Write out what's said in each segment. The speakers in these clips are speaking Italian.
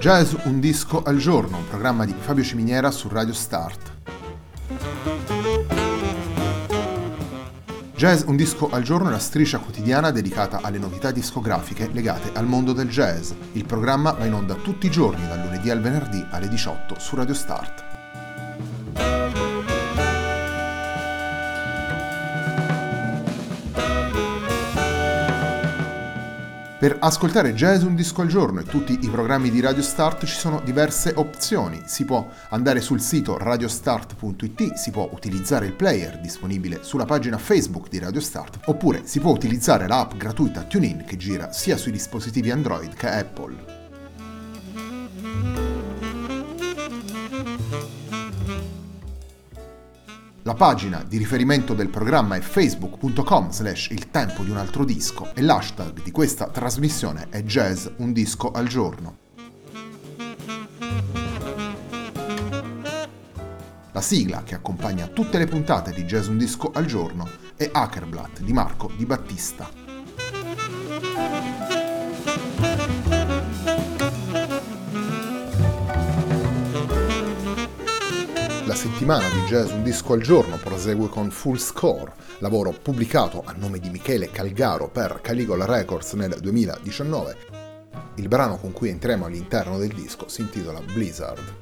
Jazz un disco al giorno, un programma di Fabio Ciminiera su Radio Start. Jazz un disco al giorno è la striscia quotidiana dedicata alle novità discografiche legate al mondo del jazz. Il programma va in onda tutti i giorni, dal lunedì al venerdì alle 18 su Radio Start. Per ascoltare Jazz un disco al giorno e tutti i programmi di Radio Start ci sono diverse opzioni. Si può andare sul sito radiostart.it, si può utilizzare il player disponibile sulla pagina Facebook di Radio Start, oppure si può utilizzare l'app gratuita TuneIn che gira sia sui dispositivi Android che Apple. La pagina di riferimento del programma è facebook.com/il tempo di un altro disco e l'hashtag di questa trasmissione è Jazz un disco al giorno. La sigla che accompagna tutte le puntate di Jazz un disco al giorno è Hackerblatt di Marco Di Battista. La settimana di Jazz un disco al giorno prosegue con Full Score, lavoro pubblicato a nome di Michele Calgaro per Caligola Records nel 2019. Il brano con cui entriamo all'interno del disco si intitola Blizzard.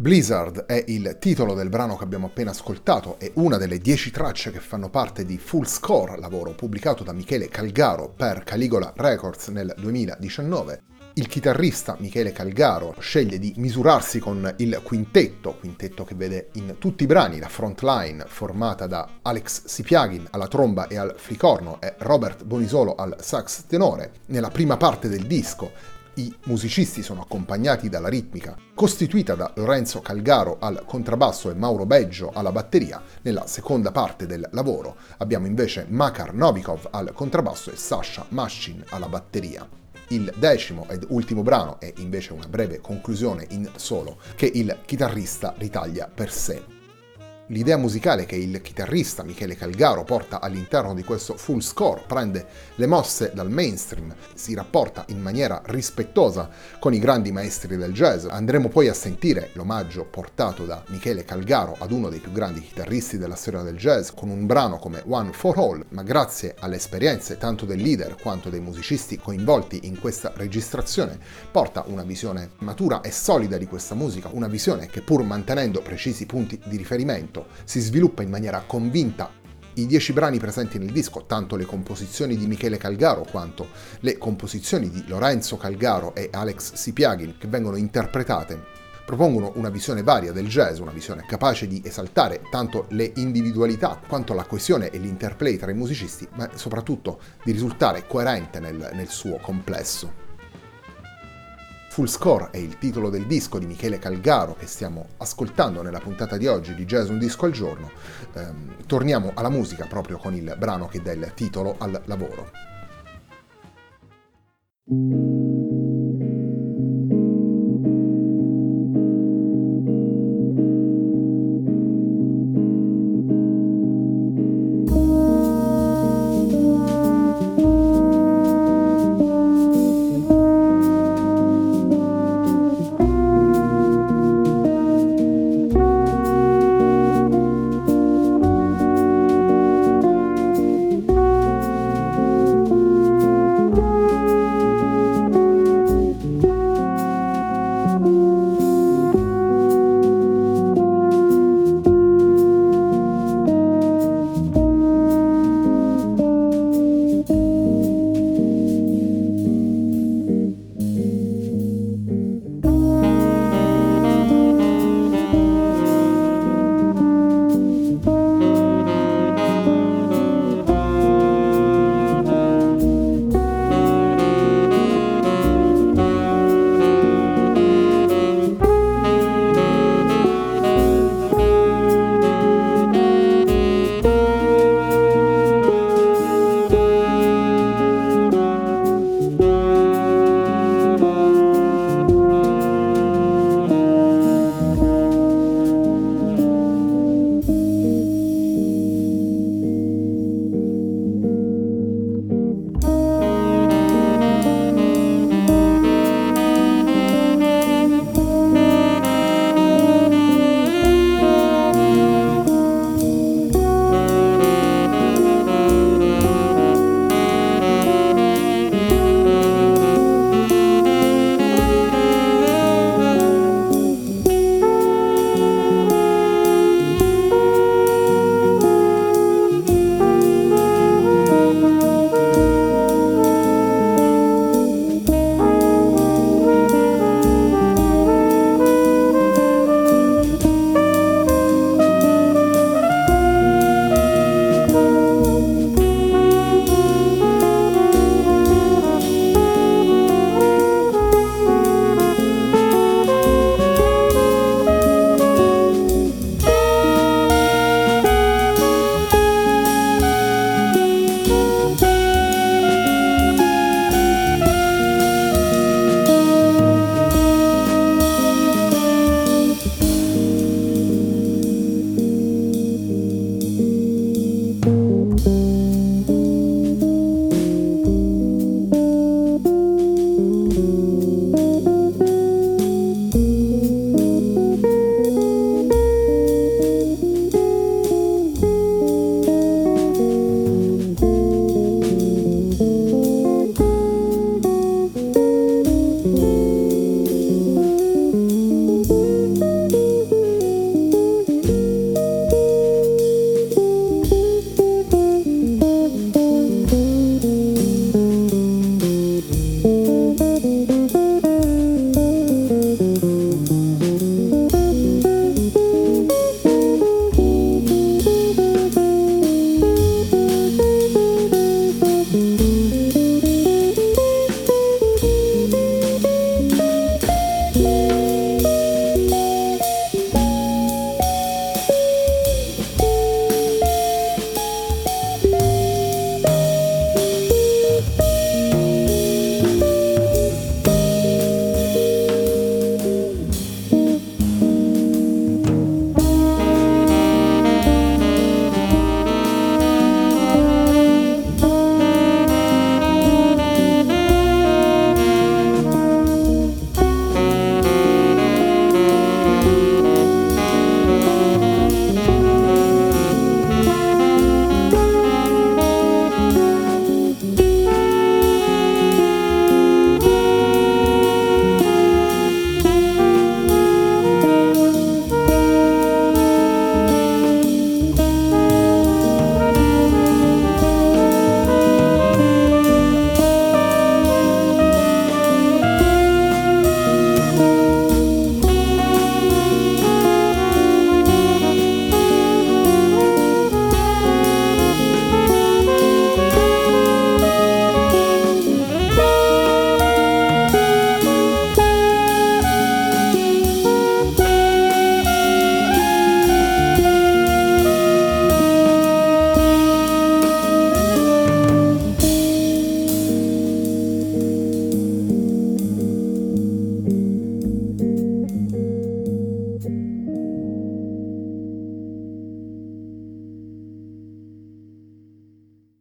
Blizzard è il titolo del brano che abbiamo appena ascoltato, è una delle 10 tracce che fanno parte di Full Score, lavoro pubblicato da Michele Calgaro per Caligola Records nel 2019. Il chitarrista Michele Calgaro sceglie di misurarsi con il quintetto che vede in tutti i brani la frontline formata da Alex Sipiagin alla tromba e al flicorno e Robert Bonisolo al sax tenore. Nella prima parte del disco i musicisti sono accompagnati dalla ritmica, costituita da Lorenzo Calgaro al contrabbasso e Mauro Beggio alla batteria. Nella seconda parte del lavoro abbiamo invece Makar Novikov al contrabbasso e Sasha Maschin alla batteria. Il 10° ed ultimo brano è invece una breve conclusione in solo che il chitarrista ritaglia per sé. L'idea musicale che il chitarrista Michele Calgaro porta all'interno di questo full score prende le mosse dal mainstream, si rapporta in maniera rispettosa con i grandi maestri del jazz. Andremo poi a sentire l'omaggio portato da Michele Calgaro ad uno dei più grandi chitarristi della storia del jazz con un brano come One for All, ma grazie alle esperienze tanto del leader quanto dei musicisti coinvolti in questa registrazione porta una visione matura e solida di questa musica, una visione che pur mantenendo precisi punti di riferimento si sviluppa in maniera convinta. I 10 brani presenti nel disco, tanto le composizioni di Michele Calgaro quanto le composizioni di Lorenzo Calgaro e Alex Sipiagin che vengono interpretate, propongono una visione varia del jazz, una visione capace di esaltare tanto le individualità quanto la coesione e l'interplay tra i musicisti, ma soprattutto di risultare coerente nel suo complesso. Full Score è il titolo del disco di Michele Calgaro che stiamo ascoltando nella puntata di oggi di Jazz Un Disco al Giorno. Torniamo alla musica proprio con il brano che dà il titolo al lavoro.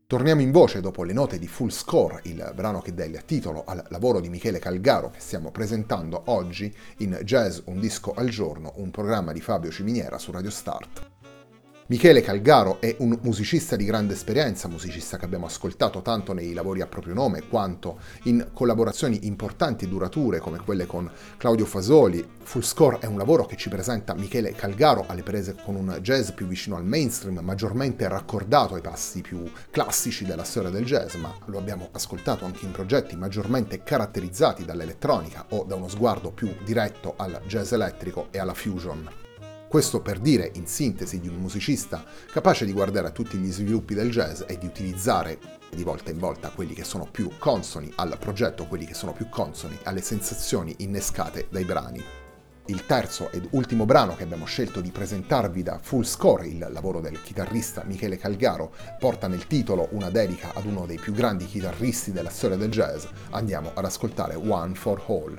Torniamo in voce dopo le note di Full Score, il brano che dà il titolo al lavoro di Michele Calgaro che stiamo presentando oggi in Jazz Un Disco al Giorno, un programma di Fabio Ciminiera su Radio Start. Michele Calgaro è un musicista di grande esperienza, musicista che abbiamo ascoltato tanto nei lavori a proprio nome quanto in collaborazioni importanti e durature come quelle con Claudio Fasoli. Full Score è un lavoro che ci presenta Michele Calgaro alle prese con un jazz più vicino al mainstream, maggiormente raccordato ai passi più classici della storia del jazz, ma lo abbiamo ascoltato anche in progetti maggiormente caratterizzati dall'elettronica o da uno sguardo più diretto al jazz elettrico e alla fusion. Questo per dire, in sintesi, di un musicista capace di guardare a tutti gli sviluppi del jazz e di utilizzare di volta in volta quelli che sono più consoni al progetto, quelli che sono più consoni alle sensazioni innescate dai brani. Il terzo ed ultimo brano che abbiamo scelto di presentarvi da Full Score, il lavoro del chitarrista Michele Calgaro, porta nel titolo una dedica ad uno dei più grandi chitarristi della storia del jazz. Andiamo ad ascoltare One for All.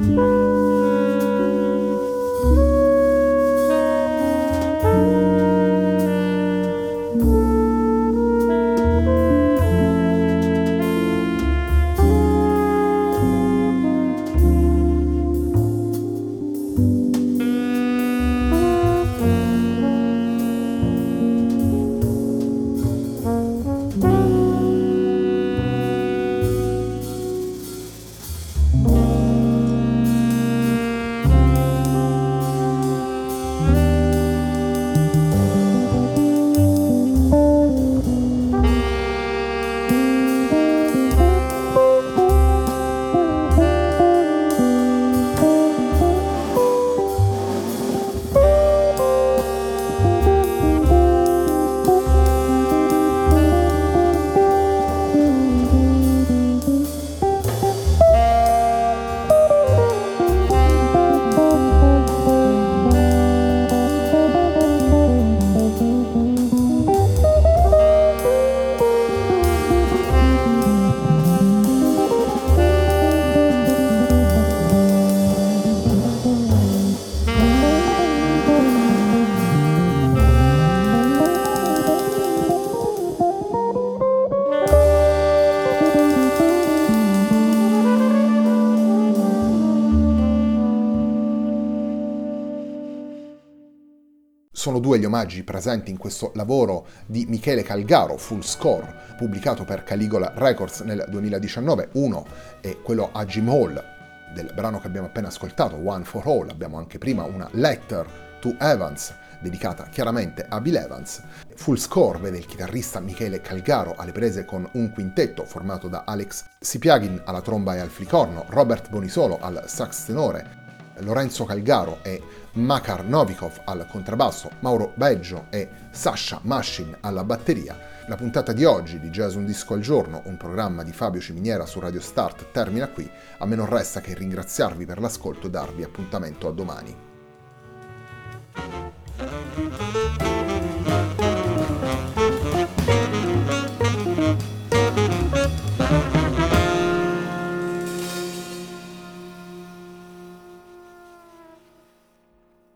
Sono due gli omaggi presenti in questo lavoro di Michele Calgaro, Full Score, pubblicato per Caligola Records nel 2019. Uno è quello a Jim Hall, del brano che abbiamo appena ascoltato, One for All. Abbiamo anche prima una Letter to Evans, dedicata chiaramente a Bill Evans. Full Score vede il chitarrista Michele Calgaro alle prese con un quintetto formato da Alex Sipiagin alla tromba e al flicorno, Robert Bonisolo al sax tenore, Lorenzo Calgaro e Makar Novikov al contrabbasso, Mauro Beggio e Sasha Mashin alla batteria. La puntata di oggi di Jazz Un Disco al Giorno, un programma di Fabio Ciminiera su Radio Start, termina qui. A me non resta che ringraziarvi per l'ascolto e darvi appuntamento a domani.